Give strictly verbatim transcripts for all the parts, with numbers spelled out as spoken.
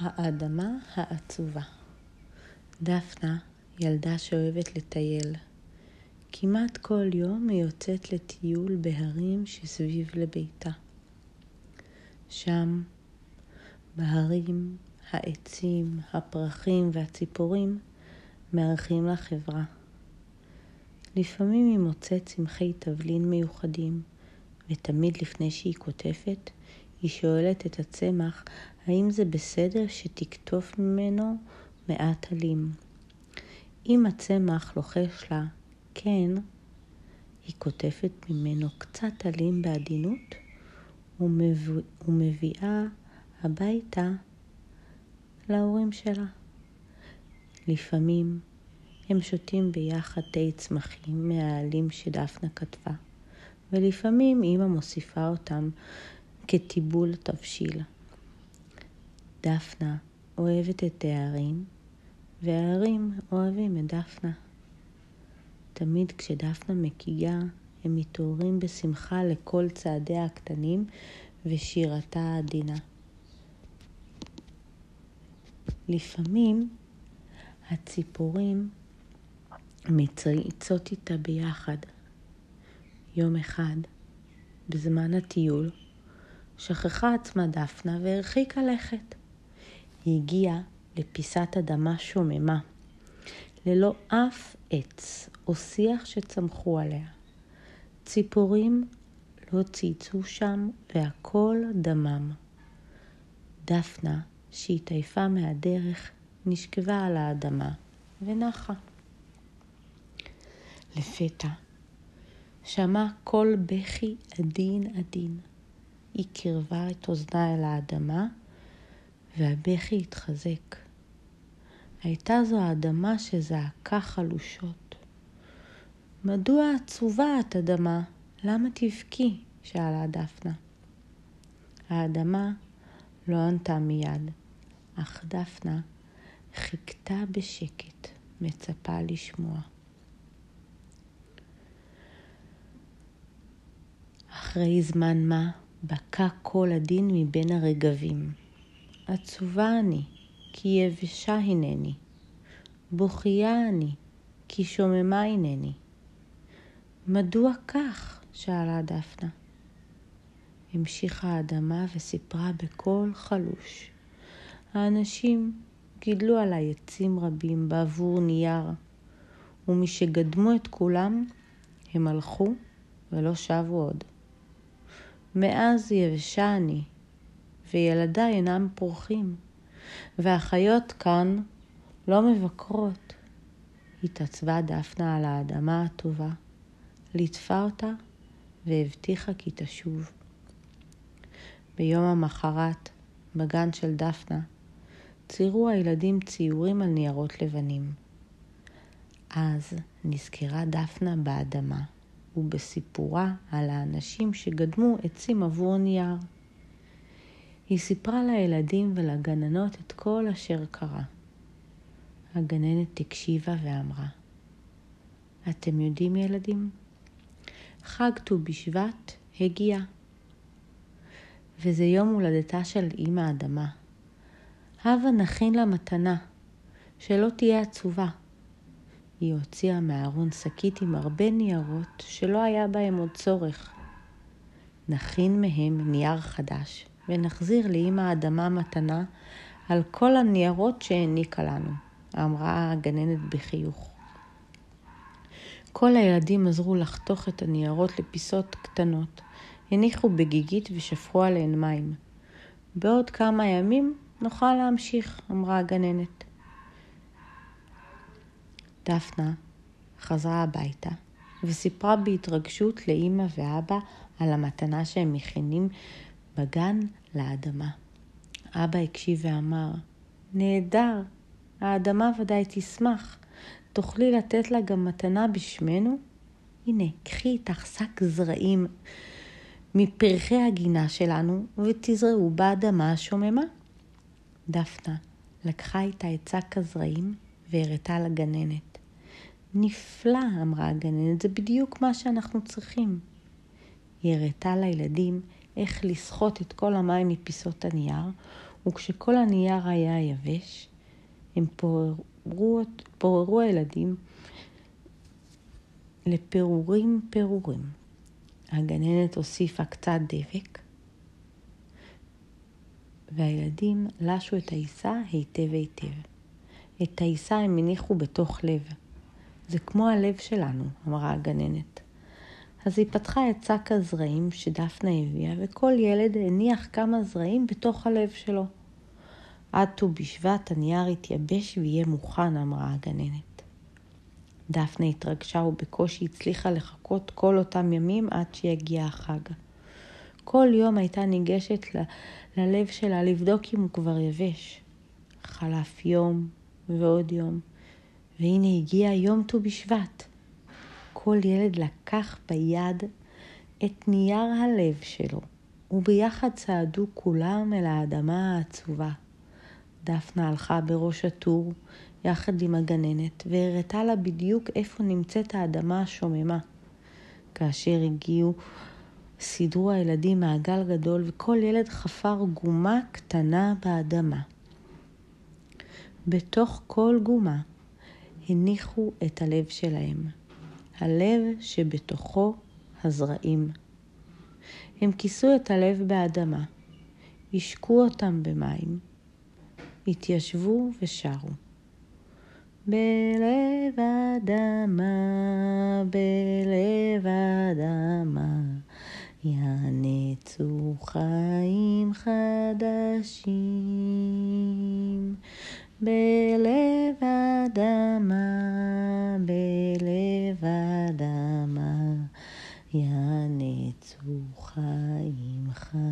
האדמה העצובה. דפנה ילדה שאוהבת לטייל. כמעט כל יום היא יוצאת לטיול בהרים שסביב לביתה. שם, בהרים, העצים, הפרחים והציפורים מארחים לה חברה. לפעמים היא מוצאת צמחי תבלין מיוחדים, ותמיד לפני שהיא כותפת, היא שואלת את הצמח האם זה בסדר שתקטוף ממנו מעט עלים. אם הצמח לוחש לה כן, היא כותפת ממנו קצת עלים בעדינות ומביא, ומביאה הביתה להורים שלה. לפעמים הם שותים ביחד תה צמחים מהעלים שדפנה כתבה, ולפעמים אמא מוסיפה אותם כטיבול תבשיל. דפנה אוהבת את הערים, והערים אוהבים את דפנה. תמיד כשדפנה מקיאה, הם מתעוררים בשמחה לכל צעדיה הקטנים ושירתה העדינה. לפעמים הציפורים מצייצות איתה ביחד. יום אחד, בזמן הטיול, שכחה עצמה דפנה והרחיקה לכת. היא הגיעה לפיסת אדמה שוממה, ללא אף עץ או שיח שצמחו עליה. ציפורים לא צייצו שם והכל דמם. דפנה, שהתעייפה מהדרך, נשכבה על האדמה ונחה. לפתע שמע קול בכי עדין עדין. היא קרבה את אוזנה אל האדמה, והבכי התחזק. הייתה זו האדמה שזעקה חלושות. מדוע עצובה את אדמה? למה תבכי? שאלה דפנה. האדמה לא ענתה מיד, אך דפנה חיכתה בשקט, מצפה לשמוע. אחרי זמן מה בקע קול עדין מבין הרגבים. עצובה אני, כי יבשה הנני. בוכייה אני, כי שוממה הנני. מדוע כך? שאלה דפנה. המשיכה האדמה וסיפרה בקול חלוש. האנשים גידלו עלי עצים רבים בעבור נייר, ומשגדמו את כולם, הם הלכו ולא שבו עוד. מאז יבשה אני, וילדיי אינם פורחים, והחיות כאן לא מבקרות. התעצבה דפנה על האדמה הטובה, ליטפה אותה והבטיחה כי תשוב. ביום המחרת, בגן של דפנה, ציירו הילדים ציורים על ניירות לבנים. אז נזכרה דפנה באדמה, ובסיפורה על האנשים שגדמו עצים עבור נייר. היא סיפרה לילדים ולגננות את כל אשר קרה. הגננת הקשיבה ואמרה, אתם יודעים ילדים? חג ט"ו בשבט הגיע. וזה יום הולדתה של אמא אדמה. הבה נכין לה מתנה, שלא תהיה עצובה. היא הוציאה מהארון שקית עם הרבה ניירות שלא היה בהם עוד צורך. נכין מהם נייר חדש ונחזיר לאמא האדמה מתנה על כל הניירות שהעניקה לנו, אמרה הגננת בחיוך. כל הילדים עזרו לחתוך את הניירות לפיסות קטנות, הניחו בגיגית ושפכו עליהן מים. בעוד כמה ימים נוכל להמשיך, אמרה הגננת. דפנה חזרה הביתה וסיפרה בהתרגשות לאמא ואבא על המתנה שהם מכינים בגן לאדמה. אבא הקשיב ואמר, נהדר, האדמה ודאי תשמח. תוכלי לתת לה גם מתנה בשמנו? הנה, קחי איתך שק זרעים מפרחי הגינה שלנו ותזרעו באדמה השוממה. דפנה לקחה איתה את שק הזרעים והראתה לגננת. נפלא, אמרה הגננת, זה בדיוק מה שאנחנו צריכים. היא הראתה לילדים איך לסחוט את כל המים מפיסות הנייר וכשכל הנייר היה יבש, הם פוררו, פוררו הילדים לפירורים פירורים. הגננת הוסיפה קצת דבק, והילדים לשו את העיסה היטב היטב. את העיסה הם הניחו בתוך לב. זה כמו הלב שלנו, אמרה הגננת. אז היא פתחה את שק הזרעים שדפנה הביאה, וכל ילד הניח כמה זרעים בתוך הלב שלו. עד ט"ו בשבט הנייר יתייבש ויהיה מוכן, אמרה הגננת. דפנה התרגשה ובקושי הצליחה לחכות כל אותם ימים עד שיגיע החג. כל יום הייתה ניגשת ל- ללב שלה לבדוק אם הוא כבר יבש. חלף יום ועוד יום, והנה הגיע יום ט"ו בשבט. כל ילד לקח ביד את נייר הלב שלו, וביחד צעדו כולם אל האדמה העצובה. דפנה הלכה בראש הטור יחד עם הגננת, והראתה לה בדיוק איפה נמצאת האדמה השוממה. כאשר הגיעו, סידרו הילדים מעגל גדול, וכל ילד חפר גומה קטנה באדמה. בתוך כל גומה הניחו את הלב שלהם, הלב שבתוכו הזרעים. הם כיסו את הלב באדמה, השקו אותם במים, התיישבו ושרו. בלב אדמה, בלב אדמה, ינצו חיים חדשים. בלב אדמה, בלב אדמה, ינצו חיים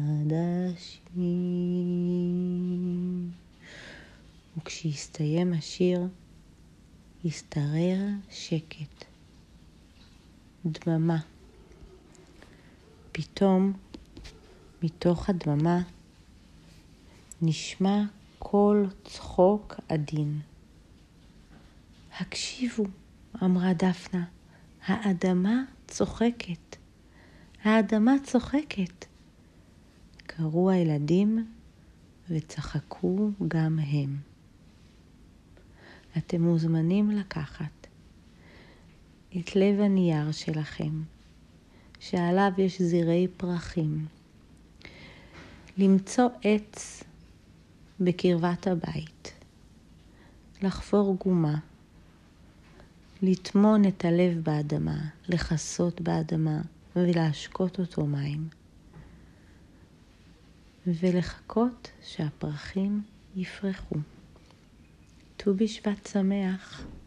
חדשים. וכשהסתיים השיר, השתרר שקט, דממה. פתאום, מתוך הדממה, נשמע קול צחוק עדין. הקשיבו, אמרה דפנה, האדמה צוחקת. האדמה צוחקת. קראו הילדים וצחקו גם הם. אתם מוזמנים לקחת את לב הנייר שלכם, שעליו יש זירי פרחים, למצוא עץ בקרבת הבית, לחפור גומה, לטמון את הלב באדמה, לחסות באדמה ולהשקות אותו מים, ולחכות שהפרחים יפרחו. ט"ו בשבט שמח.